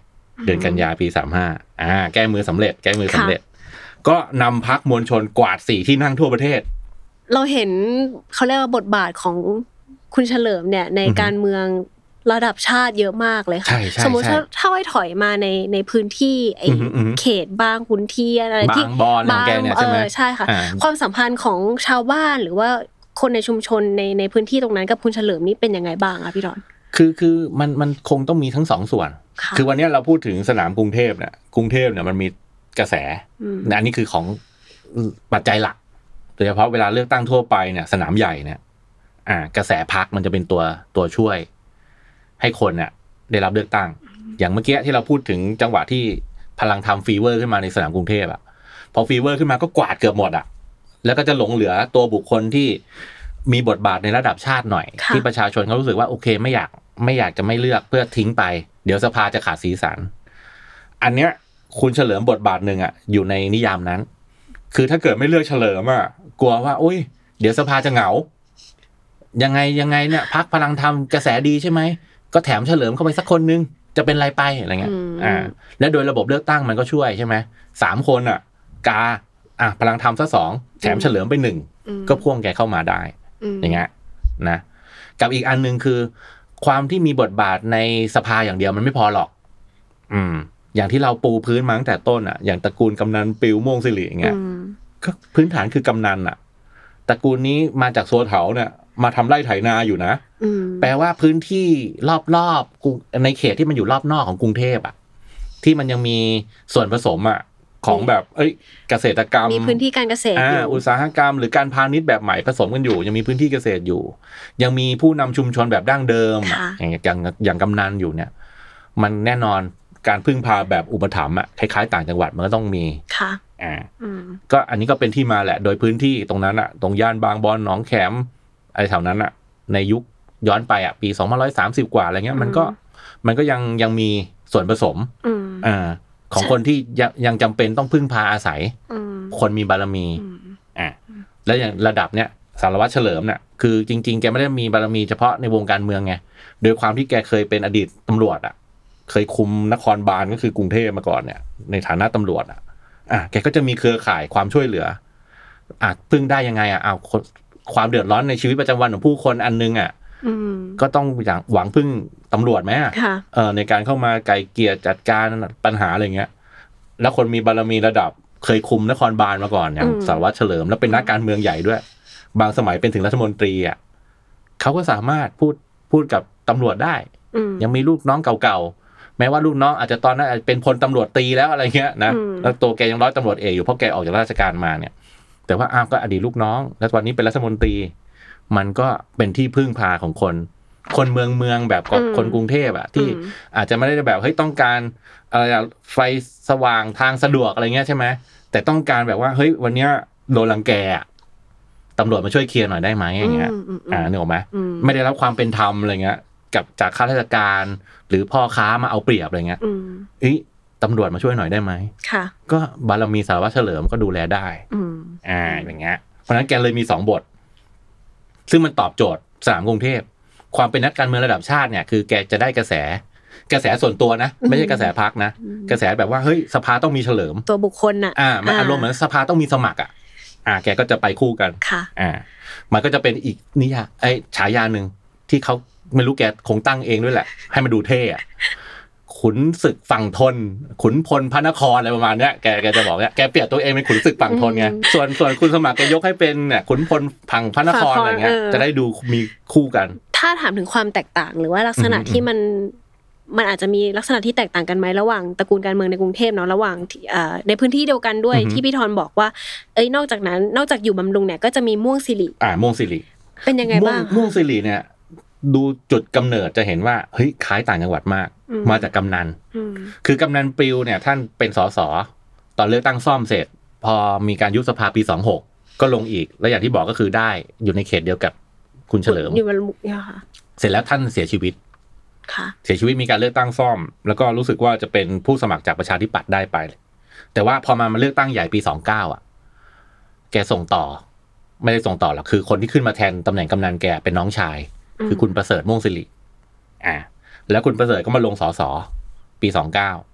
B: เดือนกันยาปี35แก้มือสำเร็จก็นำพรรคมวลชนกวาด4ที่นั่งทั่วประเทศ
A: เราเห็นเขาเรียกว่าบทบาทของคุณเฉลิมเนี่ยในการเมืองระดับชาติเยอะมากเลยค่ะสมมติถ้าไว้ถอยมาในพื้นที่ไอ้เขตบางขุนเทียนอะไรที่
B: บางบอนของแกเนี่ยใช่ไหม
A: ใช่ค่ะความสัมพันธ์ของชาวบ้านหรือว่าคนในชุมชนในพื้นที่ตรงนั้นกับคุณเฉลิมนี่เป็นยังไงบ้างอะพี่ดอน
B: คือมันคงต้องมีทั้งสองส่วนคือวันนี้เราพูดถึงสนามกรุงเทพเนี่ยมันมีกระแสอันนี้คือของปัจจัยหลักโดยเฉพาะเวลาเลือกตั้งทั่วไปเนี่ยสนามใหญ่เนี่ยกระแสพรรคมันจะเป็นตัวช่วยให้คนเนี่ยได้รับเลือกตั้งอย่างเมื่อกี้ที่เราพูดถึงจังหวะที่พลังธรรมฟีเวอร์ขึ้นมาในสนามกรุงเทพอ่ะพอฟีเวอร์ขึ้นมาก็กวาดเกือบหมดอ่ะแล้วก็จะหลงเหลือตัวบุคคลที่มีบทบาทในระดับชาติหน่อยที่ประชาชนเขารู้สึกว่าโอเคไม่อยากจะไม่เลือกเพื่อทิ้งไปเดี๋ยวสภาจะขาดสีสันอันเนี้ยคุณเฉลิมบทบาทนึงอ่ะอยู่ในนิยามนั้นคือถ้าเกิดไม่เลือกเฉลิมอ่ะกลัวว่าโอ๊ยเดี๋ยวสภาจะเหงายังไงเนี่ยพรรคพลังธรรมกระแสดีใช่ไหมก็แถมเฉลิมเข้าไปสักคนนึงจะเป็นไรไปอะไรเงี้ยและโดยระบบเลือกตั้งมันก็ช่วยใช่ไหม3คนอ่ะพลังธรรมซะ2แถมเฉลิมไป1ก็พ่วงแกเข้ามาได้อย่างเงี้ยนะกับอีกอันนึงคือความที่มีบทบาทในสภาอย่างเดียวมันไม่พอหรอกอย่างที่เราปูพื้นมาตั้งแต่ต้นอ่ะอย่างตระกูลกำนันปิวม่วงสิริอย่างเงี้ยก็พื้นฐานคือกำนันอ่ะตระกูลนี้มาจากโซเถาเนี่ยมาทำไร่ไถนาอยู่นะแปลว่าพื้นที่รอบๆในเขตที่มันอยู่รอบนอกของกรุงเทพอ่ะที่มันยังมีส่วนผสมอ่ะของแบบเกษตรกรรม
A: มีพื้นที่การเกษตรอยู่
B: อุตสาหกรรมหรือการพาณิชย์แบบใหม่ผสมกันอยู่ยังมีพื้นที่เกษตรอยู่ยังมีผู้นำชุมชนแบบดั้งเดิมอย่างกำนันอยู่เนี่ยมันแน่นอนการพึ่งพาแบบอุปถัมภ์อ่ะคล้ายๆต่างจังหวัดมันก็ต้องมี
A: ค่ะ
B: ก็อันนี้ก็เป็นที่มาแหละโดยพื้นที่ตรงนั้นอ่ะตรงย่านบางบอนหนองแขมอะไรแถวนั้นอ่ะในยุคย้อนไปอ่ะปี2130กว่าอะไรเงี้ยมันก็ยังมีส่วนผสมของคนที่ยังจำเป็นต้องพึ่งพาอาศัยคนมีบารมีแล้วอย่างระดับเนี้ยสารวัตรเฉลิมเนี่ยคือจริงๆแกไม่ได้มีบารมีเฉพาะในวงการเมืองไงโดยความที่แกเคยเป็นอดีตตำรวจอ่ะเคยคุมนครบาลก็คือกรุงเทพมาก่อนเนี่ยในฐานะตำรวจแกก็จะมีเครือข่ายความช่วยเหลือพึ่งได้ยังไงเอาความเดือดร้อนในชีวิตประจำวันของผู้คนอันนึงก็ต้องอย่างหวังพึ่งตำรวจไหมในการเข้ามาไกลเกลี่ยจัดการปัญหาอะไรเงี้ยแล้วคนมีบารมีระดับเคยคุมนครบาลมาก่อนอย่างสารวัตรเฉลิมแล้วเป็นนักการเมืองใหญ่ด้วยบางสมัยเป็นถึงรัฐมนตรีเขาก็สามารถพูดกับตำรวจได้ยังมีลูกน้องเก่าๆแม้ว่าลูกน้องอาจจะตอนนั้นอาจจะเป็นพลตำรวจตรีแล้วอะไรเงี้ยนะแล้วตัวแกยังร้อยตำรวจเอกอยู่เพราะแกออกจากราชการมาเนี่ยแต่ว่าก็อดีตลูกน้องแล้ววันนี้เป็นรัฐมนตรีมันก็เป็นที่พึ่งพาของคนเมืองแบบคนกรุงเทพที่อาจจะไม่ได้แบบเฮ้ยต้องการอะไรไฟสว่างทางสะดวกอะไรเงี้ยใช่ไหมแต่ต้องการแบบว่าเฮ้ยวันนี้โดนรังแกตำรวจมาช่วยเคลียร์หน่อยได้ไหมอย่างเงี้ยนึกออกไหมไม่ได้รับความเป็นธรรมอะไรเงี้ยกับจากข้าราชการหรือพ่อค้ามาเอาเปรียบอะไรเงี้ยตำรวจมาช่วยหน่อยได้ไหมก็บารมีสารวัตรเฉลิมก็ดูแลได้อย่างเงี้ยเพราะฉะนั้นแกเลยมี2บทซึ่งมันตอบโจทย์สนามกรุงเทพความเป็นนักการเมืองระดับชาติเนี่ยคือแกจะได้กระแสส่วนตัวนะไม่ใช่กระแสพรรคนะกระแสแบบว่าเฮ้ยสภาต้องมีเฉลิม
A: ตัวบุคคล
B: มันอารมณ์เหมือนสภาต้องมีสมัครแกก็จะไปคู่กันมันก็จะเป็นอีกนิยามฉายานึงที่เขาไม่รู้แกคงตั้งเองด้วยแหละให้มันดูเท่ขุนศึกฝั่งทนขุนพลพระนครอะไรประมาณเนี้ยแกจะบอกเนี่ยแกเปรียบตัวเองเป็นขุนศึกฝั่งทนไงส่วนคุณสมัครแกยกให้เป็นเนี่ยขุนพลพังพระนครอะไรเงี้ยจะได้ดูมีคู่กัน
A: ถ้าถามถึงความแตกต่างหรือว่าลักษณะที่มันอาจจะมีลักษณะที่แตกต่างกันไหมระหว่างตระกูลการเมืองในกรุงเทพเนาะระหว่างในพื้นที่เดียวกันด้วยที่พี่ธรบอกว่านอกจากอยู่บำรุงเนี่ยก็จะมีม่วงสิริ
B: ม่วงสิริ
A: เป็นยังไงบ้าง
B: ม่วงสิริเนี่ยดูจุดกำเนิดจะเห็นว่าเฮ้ยคล้ายต่างจังหวัดมากมาจากกำนันคือกำนันปลิวเนี่ยท่านเป็นสสตอนเลือกตั้งซ่อมเสร็จพอมีการยุบสภาปี26ก็ลงอีกแล้วอย่างที่บอกก็คือได้อยู่ในเขตเดียวกับคุณเฉลิม
A: อยู่บำรุงค่ะ
B: เสร็จแล้วท่านเสียชีวิตเสียชีวิตมีการเลือกตั้งซ่อมแล้วก็รู้สึกว่าจะเป็นผู้สมัครจากประชาธิปัตย์ได้ไปแต่ว่าพอมาเลือกตั้งใหญ่ปี29แกส่งต่อไม่ได้ส่งต่อหรอกคือคนที่ขึ้นมาแทนตำแหน่งกำนันแกเป็นน้องชายคือคุณประเสริฐม่วงสิริแล้วคุณประเสริฐก็มาลงสสปี29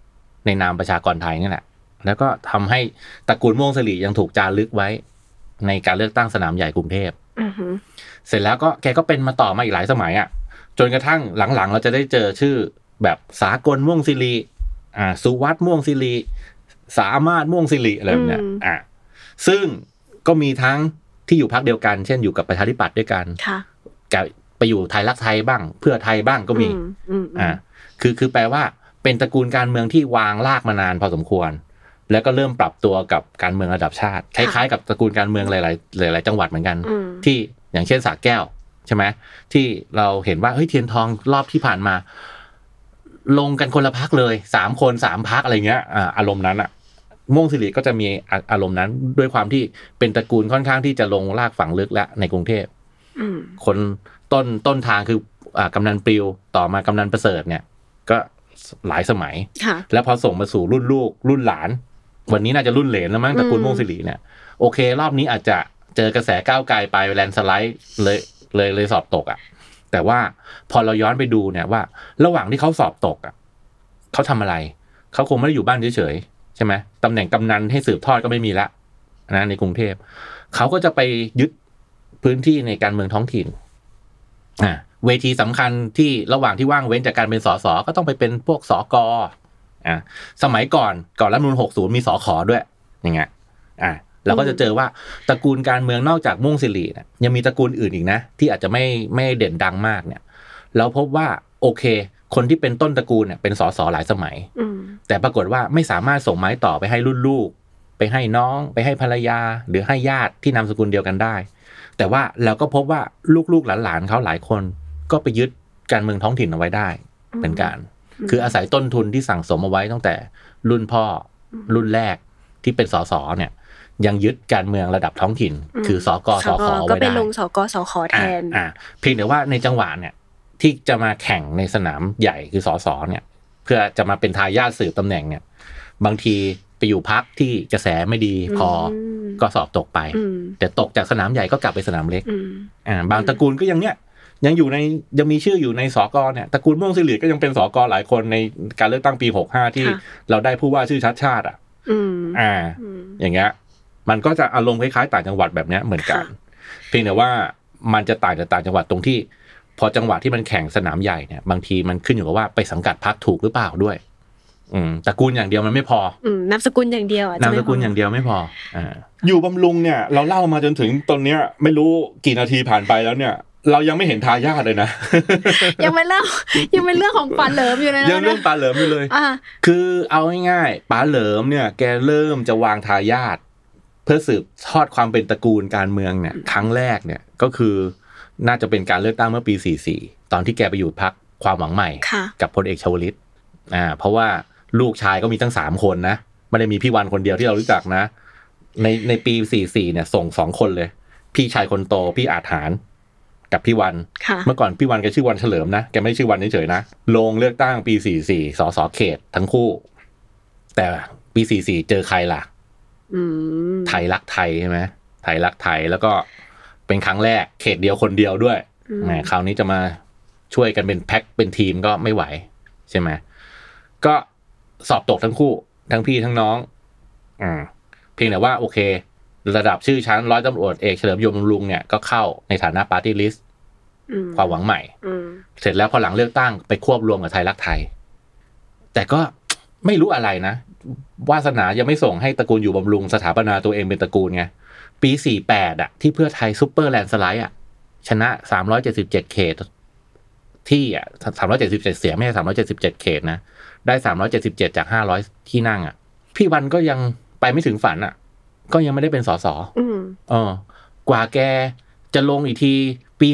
B: ในนามประชากรไทยนี่แหละแล้วก็ทำให้ตระกูลม่วงสิริยังถูกจารึกไว้ในการเลือกตั้งสนามใหญ่กรุงเทพเสร็จแล้วก็แกก็เป็นมาต่อมาอีกหลายสมัยอ่ะจนกระทั่งหลังๆเราจะได้เจอชื่อแบบสากลม่วงสิริสุวัฒน์ม่วงสิริสามารถม่วงสิริอะไรแบบเนี้ยซึ่งก็มีทั้งที่อยู่พรรคเดียวกันเช่นอยู่กับประชาธิปัตย์ด้วยกันไปอยู่ไทยรักไทยบ้างเพื่อไทยบ้างก็มีคือแปลว่าเป็นตระกูลการเมืองที่วางรากมานานพอสมควรแล้วก็เริ่มปรับตัวกับการเมืองระดับชาติคล้ายๆกับตระกูลการเมืองหลายจังหวัดเหมือนกันที่อย่างเช่นสระแก้วใช่ไหมที่เราเห็นว่าเฮ้ยเทียนทองรอบที่ผ่านมาลงกันคนละพรรคเลย3 คน3 พรรคอะไรเงี้ยอารมณ์นั้นอะม่วงสิริก็จะมีอารมณ์นั้นด้วยความที่เป็นตระกูลค่อนข้างที่จะลงรากฝังลึกแล้วในกรุงเทพคนต้นทางคือกำนันปลิวต่อมากำนันประเสริฐเนี่ยก็หลายสมัยแล้วพอส่งมาสู่รุ่นลูกรุ่นหลานวันนี้น่าจะรุ่นเหลนแล้วมั้งตระกูลม่วงสิริเนี่ยโอเครอบนี้อาจจะเจอกระแสก้าวไกลไปแลนด์สไลด์เลยสอบตกอ่ะแต่ว่าพอเราย้อนไปดูเนี่ยว่าระหว่างที่เขาสอบตกอ่ะเขาทำอะไรเขาคงไม่ได้อยู่บ้านเฉยๆใช่ไหมตำแหน่งกำนันให้สืบทอดก็ไม่มีละนะในกรุงเทพเขาก็จะไปยึดพื้นที่ในการเมืองท้องถิ่นเวทีสำคัญที่ระหว่างที่ว่างเว้นจากการเป็นสสก็ต้องไปเป็นพวกสกสมัยก่อนรัฐธรรมนูญ60มีสขด้วยอย่างเงี้ยเราก็จะเจอว่าตระกูลการเมืองนอกจากม่วงสิริเนี่ยยังมีตระกูลอื่นอีกนะที่อาจจะไม่เด่นดังมากเนี่ยเราพบว่าโอเคคนที่เป็นต้นตระกูลเนี่ยเป็นสสหลายสมัยแต่ปรากฏว่าไม่สามารถส่งไม้ต่อไปให้รุ่นลูกไปให้น้องไปให้ภรรยาหรือให้ญาติที่นามสกุลเดียวกันได้แต่ว่าเราก็พบว่าลูกๆหลานๆเขาหลายคนก็ไปยึดการเมืองท้องถิ่นเอาไว้ได้เป็นการคืออาศัยต้นทุนที่สั่งสมเอาไว้ตั้งแต่รุ่นพ่อรุ่นแรกที่เป็นสสเนี่ยยังยึดการเมืองระดับท้องถิ่นคือสกสขเอาไว้ได้ก็ไปลงสกสขแทนเพียงแต่ว่าในจังหวะเนี่ยที่จะมาแข่งในสนามใหญ่คือสสเนี่ยเพื่อจะมาเป็นทายาทสืบตำแหน่งเนี่ยบางทีไปอยู่พรรคที่กระแสไม่ดีพอก็สอบตกไปแต่ตกจากสนามใหญ่ก็กลับไปสนามเล็กบางตระกูลก็ยังยังมีชื่ออยู่ในสกเนี่ยตระกูลม่วงสิริก็ยังเป็นสกหลายคนในการเลือกตั้งปี65ที่เราได้ผู้ว่าชื่อชัดชาติอย่างเงี้ยมันก็จะอารมณ์คล้ายๆต่างจังหวัดแบบเนี้ยเหมือนกันเพียงแต่ว่ามันจะต่างจากต่างจังหวัดตรงที่พอจังหวัดที่มันแข่งสนามใหญ่เนี่ยบางทีมันขึ้นอยู่กับว่าไปสังกัดพรรคถูกหรือเปล่าด้วยตระกูลอย่างเดียวมันไม่พอนามสกุลอย่างเดียวอ่ะนามสกุลอย่างเดียวไม่พออยู่บำรุงเนี่ยเราเล่ามาจนถึงตอนเนี้ยไม่รู้กี่นาทีผ่านไปแล้วเนี่ยเรายังไม่เห็นทายาทเลยนะ
A: ยังเป็นเรื่องของป๋าเหลิมอยู่เลยนะ
B: ยังเรื่องป๋าเหลิมอยู่เลยคือเอาง่ายๆป๋าเหลิมเนี่ยแกเริ่มจะวางทายาทเพื่อสืบทอดความเป็นตระกูลการเมืองเนี่ยครั้งแรกเนี่ยก็คือน่าจะเป็นการเลือกตั้งเมื่อปี44ตอนที่แกไปอยู่พรรคความหวังใหม่กับพลเอกชวลิตเพราะว่าลูกชายก็มีตั้ง3คนนะไม่ได้มีพี่วันคนเดียวที่เรารู้จักนะในปี44เนี่ยส่ง2คนเลยพี่ชายคนโตพี่อาจหารกับพี่วันเมื่อก่อนพี่วันแกชื่อวันเฉลิมนะแกไม่ชื่อวันเฉยๆนะลงเลือกตั้งปี44สสเขตทั้งคู่แต่ปี44เจอใครล่ะไทยรักไทยใช่ไหมไทยรักไทยแล้วก็เป็นครั้งแรกเขตเดียวคนเดียวด้วยแหมคราวนี้จะมาช่วยกันเป็นแพ็คเป็นทีมก็ไม่ไหวใช่ไหมก็สอบตกทั้งคู่ทั้งพี่ทั้งน้องเพียงแต่ว่าโอเคระดับชื่อชั้นร้อยตำรวจเอกเฉลิมยงบำรุงเนี่ยก็เข้าในฐานะปาร์ตี้ลิสต์ความหวังใหม่เสร็จแล้วพอหลังเลือกตั้งไปควบรวมกับไทยรักไทยแต่ก็ไม่รู้อะไรนะวาสนายังไม่ส่งให้ตระกูลอยู่บำรุงสถาปนาตัวเองเป็นตระกูลไงปี48ที่เพื่อไทยซุปเปอร์แลนด์สไลด์ชนะ377เขตที่377เสียงไม่ใช่377เขตนะได้377จาก500ที่นั่งพี่วันก็ยังไปไม่ถึงฝันก็ยังไม่ได้เป็นสสกว่าแกจะลงอีกทีปี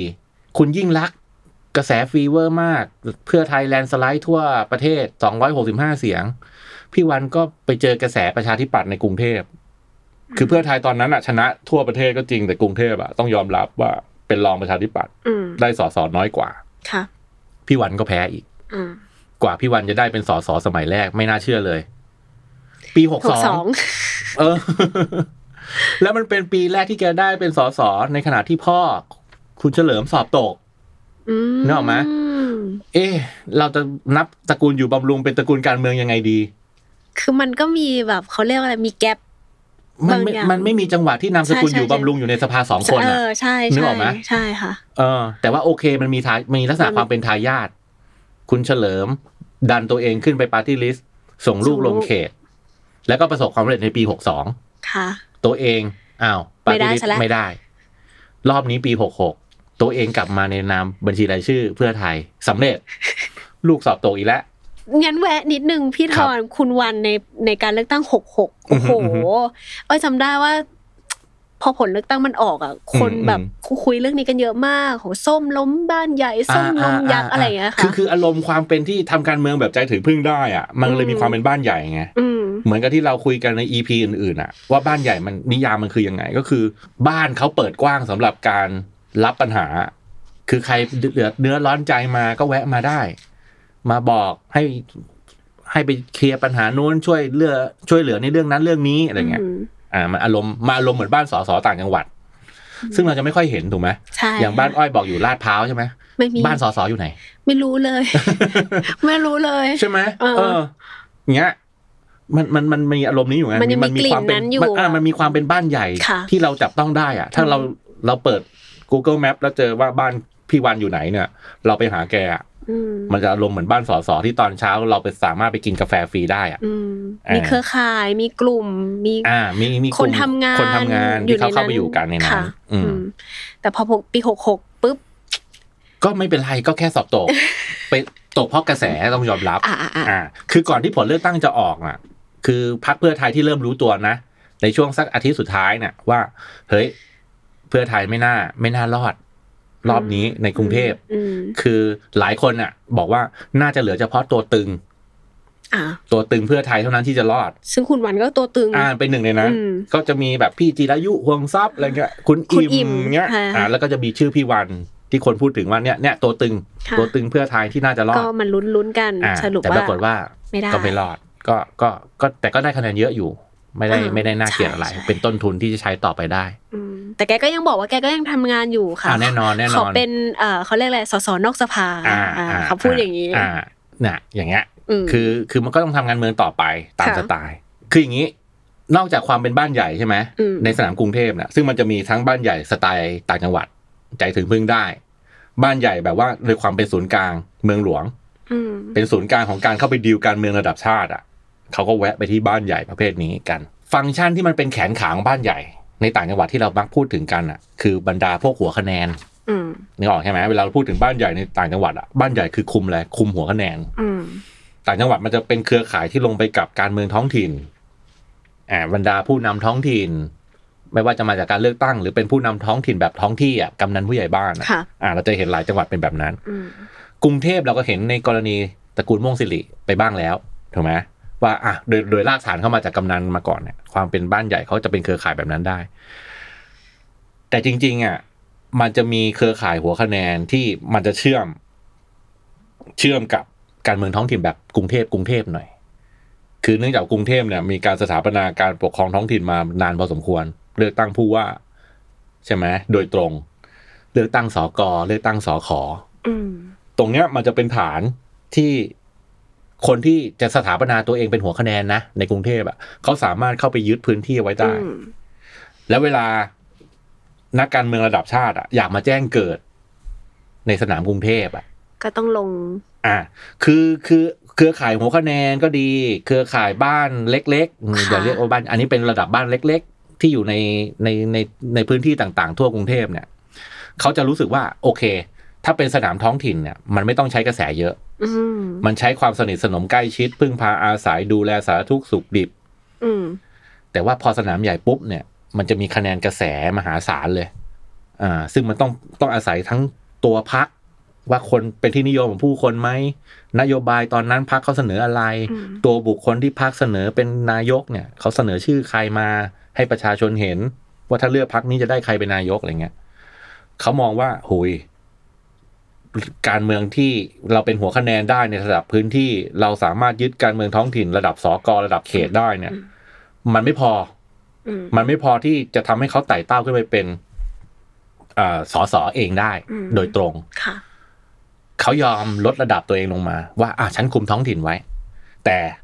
B: 54คุณยิ่งลักษณ์กระแสฟีเวอร์มากเพื่อไทยแลนด์สไลด์ทั่วประเทศ265เสียงพี่วันก็ไปเจอกระแสประชาธิปัตย์ในกรุงเทพคือเพื่อไทยตอนนั้นชนะทั่วประเทศก็จริงแต่กรุงเทพต้องยอมรับว่าเป็นรองประชาธิปัตย์ได้สสน้อยกว่าพี่วันก็แพ้อีกกว่าพี่วันจะได้เป็นสสสมัยแรกไม่น่าเชื่อเลยปี62แล้วมันเป็นปีแรกที่แกได้เป็นสสในขณะที่พ่อคุณเฉลิมสอบตกนึกออกไหมเราจะนับตระกูลอยู่บำรุงเป็นตระกูลการเมืองยังไงดี
A: คือมันก็มีแบบเขาเรียกว่าอะไรมีแกป
B: มันไม่มีจังหวะที่นามสกุลอยู่บำรุงอยู่ในสภา2 คนอ่ะ
A: ใช่
B: นึกออกไหม
A: ใช่ค่ะ
B: แต่ว่าโอเคมันมีลักษณะความเป็นทายาทคุณเฉลิมดันตัวเองขึ้นไปปาร์ตี้ลิสต์ส่งลูกลงเขตแล้วก็ประสบความสำเร็จในปี62
A: ค่ะ
B: ตัวเองปาร์ตี้ลิสต์ไม่ได้รอบนี้ปี66ตัวเองกลับมาในนามบัญชีรายชื่อเพื่อไทยสำเร็จลูกสอบตกอีกแล้ว
A: งั้นแวะนิดนึงพี่ธรคุณวันในการเลือกตั้ง66โอ้โหจำได้ว่าพอผลเลือกตั้งมันออกอ่ะคนแบบคุยเรื่องนี้กันเยอะมากโหส้มล้มบ้านใหญ่ส้มล้มยักษ์อะไรอย่างเงี้ยค่ะ
B: คืออารมณ์ความเป็นที่ทำการเมืองแบบใจถึงพึ่งได้อ่ะมันเลยมีความเป็นบ้านใหญ่ไงเหมือนกับที่เราคุยกันใน EP อื่นๆอ่ะว่าบ้านใหญ่มันนิยามมันคือยังไงก็คือบ้านเขาเปิดกว้างสำหรับการรับปัญหาคือใครเนื้อร้อนใจมาก็แวะมาได้มาบอกให้ไปเคลียร์ปัญหาโน้นช่วยเหลือในเรื่องนั้นเรื่องนี้อะไรเงี้ยมันอารมณ์เหมือนบ้านสสต่างจังหวัดซึ่งเราจะไม่ค่อยเห็นถูกไหมอย่างบ้านอ้อยบอกอยู่ลาดพร้าวใช่ไหมบ้านสสอยู่ไหน
A: ไม่รู้เลย ไม่รู้เลย
B: ใช่ไหมเงี้ยมันมีอารมณ์นี้อยู่ไง
A: มันมีความเป็น
B: มันมีความเป็นบ้านใหญ่ที่เราจับต้องได้อ่ะถ้าเราเปิด Google Map แล้วเจอว่าบ้านพี่วันอยู่ไหนเนี่ยเราไปหาแกมันจะอารมณ์เหมือนบ้านสสที่ตอนเช้าเราไปสามารถไปกินกาแฟฟรีได้อ่ะ
A: มีเครือข่ายมีกลุ่มมีคนทำงาน
B: ที่เข้าไปอยู่กันในนั้น
A: แต่พอปี66ปุ๊บ
B: ก็ไม่เป็นไรก็แค่สอบตกไปตกเพราะกระแสต้องยอมรับคือก่อนที่ผลเลือกตั้งจะออกอ่ะคือพรรคเพื่อไทยที่เริ่มรู้ตัวนะในช่วงสักอาทิตย์สุดท้ายเนี่ยว่าเฮ้ยเพื่อไทยไม่น่ารอดรอบนี้ในกรุงเทพคือหลายคนอ่ะบอกว่าน่าจะเหลือเฉพาะตัวตึงเพื่อไทยเท่านั้นที่จะรอด
A: ซึ่งคุณวันก็ตัวตึง
B: เป็นหนึ่งในนั้นก็จะมีแบบพี่จิรายุห่วงทรัพย์อะไรเงี้ยคุณอิ่มเงี้ยแล้วก็จะมีชื่อพี่วันที่คนพูดถึงว่าเนี่ยตัวตึงเพื่อไทยที่น่าจะรอด
A: ก็มันลุ้นกันสรุปว่า
B: แต่ปรากฏว่าก็ไม่รอดก็แต่ก็ได้คะแนนเยอะอยู่ไม่ได้น่าเกลียดอะไรเป็นต้นทุนที่จะใช้ต่อไปได้
A: แต่แกก็ยังบอกว่าแกก็ยังทำงานอยู่ค่ะ
B: แน่นอน
A: ขอเป็นเขาเรียกอะไรสสนอกสภาเขาพูดอย่างนี้
B: เนี่ยอย่างเงี้ยคือมันก็ต้องทำงานเมืองต่อไปตามสไตล์คืออย่างนี้นอกจากความเป็นบ้านใหญ่ใช่ไหมในสนามกรุงเทพเนี่ยซึ่งมันจะมีทั้งบ้านใหญ่สไตล์ต่างจังหวัดใจถึงพึ่งได้บ้านใหญ่แบบว่าในความเป็นศูนย์กลางเมืองหลวงเป็นศูนย์กลางของการเข้าไปดีลการเมืองระดับชาติอ่ะเขาก็แวะไปที่บ้านใหญ่ประเภทนี้กันฟังก์ชันที่มันเป็นแขนขาของบ้านใหญ่ในต่างจังหวัดที่เรามักพูดถึงกันอ่ะคือบรรดาพวกหัวคะแนนนึกออกใช่ไหมเวลาเราพูดถึงบ้านใหญ่ในต่างจังหวัดอ่ะบ้านใหญ่คือคุมหัวคะแนนต่างจังหวัดมันจะเป็นเครือข่ายที่ลงไปกับการเมืองท้องถิ่นบรรดาผู้นำท้องถิ่นไม่ว่าจะมาจากการเลือกตั้งหรือเป็นผู้นำท้องถิ่นแบบท้องที่กำนันผู้ใหญ่บ้านเราจะเห็นหลายจังหวัดเป็นแบบนั้นกรุงเทพเราก็เห็นในกรณีตระกูลม่วงสิริไปบ้างแล้วถูกไหมว่าโดยรากฐานเข้ามาจากกำนันมาก่อนเนี่ยความเป็นบ้านใหญ่เขาจะเป็นเครือข่ายแบบนั้นได้แต่จริงๆมันจะมีเครือข่ายหัวคะแนนที่มันจะเชื่อมกับการเมืองท้องถิ่นแบบกรุงเทพหน่อยคือเนื่องจากกรุงเทพเนี่ยมีการสถาปนาการปกครองท้องถิ่นมานานพอสมควรเลือกตั้งผู้ว่าใช่ไหมโดยตรงเลือกตั้งสก.เลือกตั้งสข.ตรงเนี้ยมันจะเป็นฐานที่คนที่จะสถาปนาตัวเองเป็นหัวคะแนนนะในกรุงเทพเขาสามารถเข้าไปยึดพื้นที่ไว้ได้แล้วเวลานักการเมืองระดับชาติอยากมาแจ้งเกิดในสนามกรุงเทพ
A: ก็ต้องลง
B: คือเครือข่ายหัวคะแนนก็ดีเครือข่ายบ้านเล็กๆอย่าเรียกว่าบ้านอันนี้เป็นระดับบ้านเล็กๆที่อยู่ในพื้นที่ต่างๆทั่วกรุงเทพเนี่ยเขาจะรู้สึกว่าโอเคถ้าเป็นสนามท้องถิ่นเนี่ยมันไม่ต้องใช้กระแสเยอะมันใช้ความสนิทสนมใกล้ชิดพึ่งพาอาศัยดูแลสารทุกข์สุขดิบแต่ว่าพอสนามใหญ่ปุ๊บเนี่ยมันจะมีคะแนนกระแสมหาศาลเลยซึ่งมันต้องอาศัยทั้งตัวพรรคว่าคนเป็นที่นิยมของผู้คนไหมนโยบายตอนนั้นพรรคเขาเสนออะไรตัวบุคคลที่พรรคเสนอเป็นนายกเนี่ยเขาเสนอชื่อใครมาให้ประชาชนเห็นว่าถ้าเลือกพรรคนี้จะได้ใครเป็นนายกอะไรเงี้ยเขามองว่าหุยการเมืองที่เราเป็นหัวคะแนนได้ในระดับพื้นที่เราสามารถยึดการเมืองท้องถิ่นระดับสก.ระดับเขตได้เนี่ยมันไม่พอที่จะทำให้เขาไต่เต้าขึ้นไปเป็นสสเองได้โดยตรงเขายอมลดระดับตัวเองลงมาว่าฉันคุมท้องถิ่นไว้แต่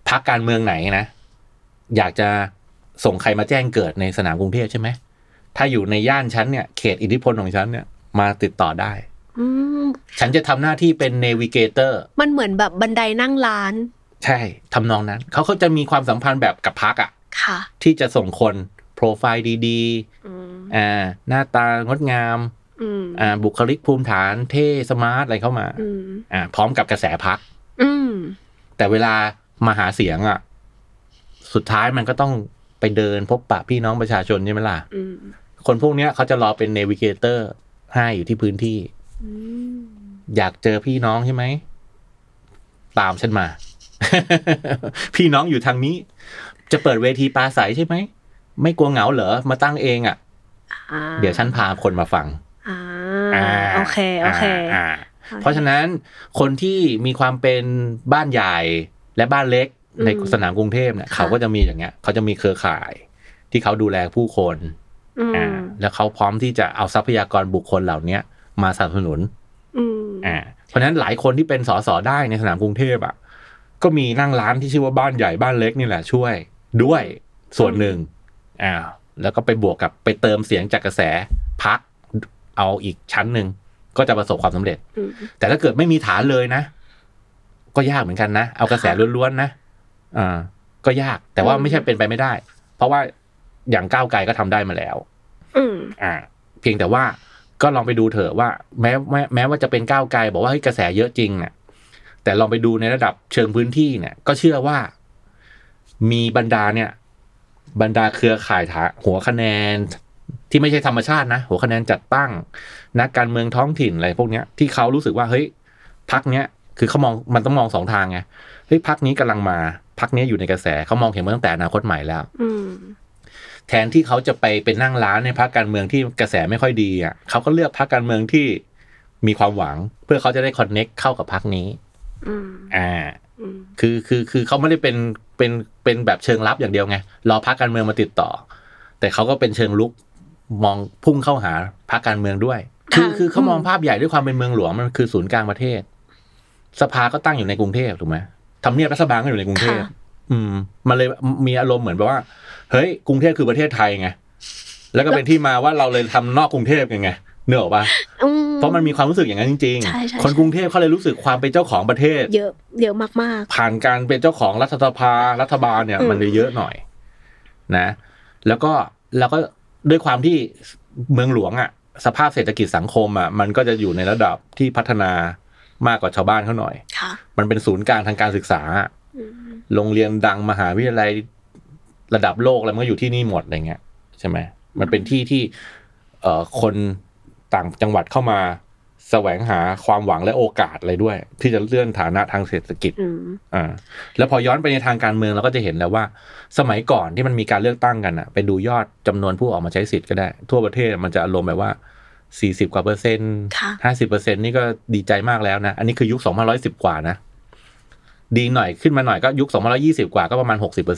B: พรรคการเมืองไหนนะอยากจะส่งใครมาแจ้งเกิดในสนามกรุงเทพใช่ไหมถ้าอยู่ในย่านฉันเนี่ยเขตอิทธิพลของฉันเนี่ยมาติดต่อได้ฉันจะทำหน้าที่เป็นเนวิเกเตอร์
A: มันเหมือนแบบบันไดนั่งร้าน
B: ใช่ทำนองนั้นเขาจะมีความสัมพันธ์แบบกับพรรคอ่ะที่จะส่งคนโปรไฟล์ดีๆหน้าตางดงามบุคลิกภูมิฐานเท่สมาร์ทอะไรเข้ามาพร้อมกับกระแสพรรคแต่เวลามาหาเสียงอ่ะสุดท้ายมันก็ต้องไปเดินพบปะพี่น้องประชาชนใช่ไหมล่ะคนพวกนี้เขาจะรอเป็นเนวิเกเตอร์ให้อยู่ที่พื้นที่อยากเจอพี่น้องใช่ไหมตามฉันมา พี่น้องอยู่ทางนี้จะเปิดเวทีปราศัยใช่ไหมไม่กลัวเหงาเหรอมาตั้งเองอ่ะเดี๋ยวฉันพาคนมาฟัง
A: โอเค
B: เพราะฉะนั้นคนที่มีความเป็นบ้านใหญ่และบ้านเล็กในสนามกรุงเทพเนี่ยเขาก็จะมีอย่างเงี้ยเขาจะมีเครือข่ายที่เขาดูแลผู้คนแล้วเขาพร้อมที่จะเอาทรัพยากรบุคคลเหล่านี้มาสนับสนุนเพราะฉะนั้นหลายคนที่เป็นสสได้ในสนามกรุงเทพอ่ะก็มีนั่งร้านที่ชื่อว่าบ้านใหญ่บ้านเล็กนี่แหละช่วยด้วยส่วนหนึ่งแล้วก็ไปบวกกับไปเติมเสียงจากกระแสพรรคเอาอีกชั้นหนึ่งก็จะประสบความสำเร็จแต่ถ้าเกิดไม่มีฐานเลยนะก็ยากเหมือนกันนะเอากระแสล้วนๆนะก็ยากแต่ว่าไม่ใช่เป็นไปไม่ได้เพราะว่าอย่างก้าวไกลก็ทำได้มาแล้วเพียงแต่ว่าก็ลองไปดูเถอะว่าแม้ว่าจะเป็นก้าวไกลบอกว่าเฮ้ยกระแสเยอะจริงเนี่ยแต่ลองไปดูในระดับเชิงพื้นที่เนี่ยก็เชื่อว่ามีบรรดาเครือข่ายหัวคะแนนที่ไม่ใช่ธรรมชาตินะหัวคะแนนจัดตั้งนักการเมืองท้องถิ่นอะไรพวกเนี้ยที่เขารู้สึกว่าเฮ้ยพรรคเนี้ยคือเขามองมันต้องมองสองทางไงเฮ้ยพรรคนี้กำลังมาพรรคนี้อยู่ในกระแสเขามองเห็นมาตั้งแต่อนาคตใหม่แล้วแทนที่เขาจะไปเป็นนั่งร้านในพรรคการเมืองที่กระแสไม่ค่อยดีอ่ะเขาก็เลือกพรรคการเมืองที่มีความหวังเพื่อเขาจะได้คอนเน็กเข้ากับพรรคนี้คือเขาไม่ได้เป็นแบบเชิงลับอย่างเดียวไงรอพรรคการเมืองมาติดต่อแต่เขาก็เป็นเชิงลุกมองพุ่งเข้าหาพรรคการเมืองด้วยคือเขามองภาพใหญ่ด้วยความเป็นเมืองหลวงมันคือศูนย์กลางประเทศสภาก็ตั้งอยู่ในกรุงเทพถูกไหมทำเนียบรัฐบาลก็อยู่ในกรุงเทพมันเลยมีอารมณ์เหมือนแบบว่าเฮ้ยกรุงเทพคือประเทศไทยไงแล้วก็เป็นที่มาว่าเราเลยทำนอกกรุงเทพไงเนอะป่ะเพราะมันมีความรู้สึกอย่างนั้นจริงๆคนกรุงเทพเขาเลยรู้สึกความเป็นเจ้าของประเทศ
A: เยอะมาก
B: ๆผ่านการเป็นเจ้าของรัฐสภารัฐบาลเนี่ยมันเลยเยอะหน่อยนะแล้วก็ด้วยความที่เมืองหลวงอ่ะสภาพเศรษฐกิจสังคมอ่ะมันก็จะอยู่ในระดับที่พัฒนามากกว่าชาวบ้านเขาหน่อยมันเป็นศูนย์กลางทางการศึกษาโรงเรียนดังมหาวิทยาลัยระดับโลกอะไรมันก็อยู่ที่นี่หมดอะไรเงี้ยใช่ไหมมันเป็นที่ที่คนต่างจังหวัดเข้ามาแสวงหาความหวังและโอกาสอะไรด้วยที่จะเลื่อนฐานะทางเศรษฐกิจแล้วพอย้อนไปในทางการเมืองเราก็จะเห็นแล้วว่าสมัยก่อนที่มันมีการเลือกตั้งกันอ่ะไปดูยอดจำนวนผู้ออกมาใช้สิทธิ์ก็ได้ทั่วประเทศมันจะอารมณ์แบบว่า40 กว่า%, 50%นี่ก็ดีใจมากแล้วนะอันนี้คือยุค2110กว่านะดีหน่อยขึ้นมาหน่อยก็ยุค2120กว่าก็ประมาณ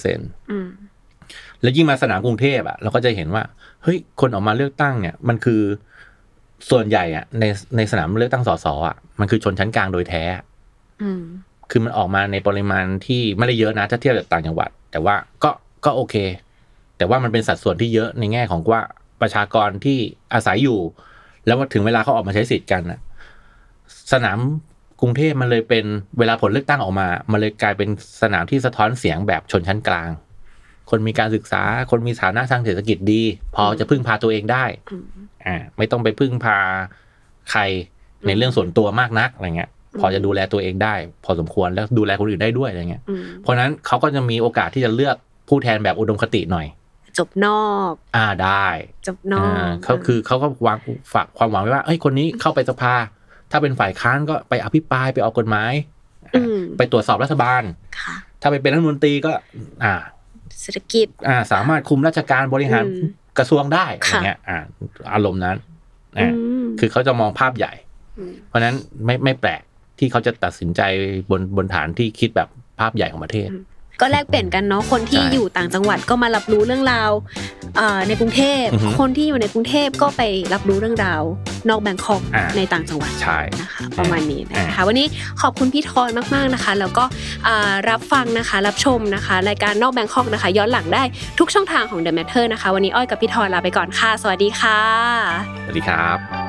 B: 60% แล้วยิ่งมาสนามกรุงเทพอ่ะเราก็จะเห็นว่าเฮ้ยคนออกมาเลือกตั้งเนี่ยมันคือส่วนใหญ่อ่ะในสนามเลือกตั้งสสอ่ะมันคือชนชั้นกลางโดยแท้คือมันออกมาในปริมาณที่ไม่ได้เยอะนะถ้าเทียบกับต่างจังหวัดแต่ว่าก็โอเคแต่ว่ามันเป็นสัดส่วนที่เยอะในแง่ของว่าประชากรที่อาศัยอยู่แล้วถึงเวลาเขาออกมาใช้สิทธิ์กันนะสนามกรุงเทพมันเลยเป็นเวลาผลเลือกตั้งออกมามันเลยกลายเป็นสนามที่สะท้อนเสียงแบบชนชั้นกลางคนมีการศึกษาคนมีฐานะทางเศรษฐกิจดีพอจะพึ่งพาตัวเองได้ไม่ต้องไปพึ่งพาใครในเรื่องส่วนตัวมากนักอะไรเงี้ยพอจะดูแลตัวเองได้พอสมควรแล้วดูแลคนอื่นได้ด้วยอะไรเงี้ยเพราะนั้นเขาก็จะมีโอกาสที่จะเลือกผู้แทนแบบอุดมคติหน่อย
A: จบนอก
B: ได้
A: จบนอก
B: เขาก็วางฝากความหวังไว้ว่าเฮ้ยคนนี้เข้าไปสภาถ้าเป็นฝ่ายค้านก็ไปอภิปรายไปออกกฎหมายไปตรวจสอบรัฐบาลถ้าไปเป็นรัฐมนตรีก็
A: เศรษฐกิจ
B: สามารถคุมราชการบริหารกระทรวงได้อะไรเงี้ยอารมณ์นั้นคือเขาจะมองภาพใหญ่เพราะนั้นไม่แปลกที่เขาจะตัดสินใจบนฐานที่คิดแบบภาพใหญ่ของประเทศ
A: ก็แลกเปลี่ยนกันเนาะคนที่อยู่ต่างจังหวัดก็มารับรู้เรื่องราวในกรุงเทพคนที่อยู่ในกรุงเทพก็ไปรับรู้เรื่องราวนอกแบงคอกในต่างจังหวัดนะคะประมาณนี้นะคะวันนี้ขอบคุณพี่ทอนมากๆนะคะแล้วก็รับฟังนะคะรับชมนะคะรายการนอกแบงคอกนะคะย้อนหลังได้ทุกช่องทางของ The Matter นะคะวันนี้อ้อยกับพี่ทอนลาไปก่อนค่ะสวัสดีค่ะ
B: สวัสดีครับ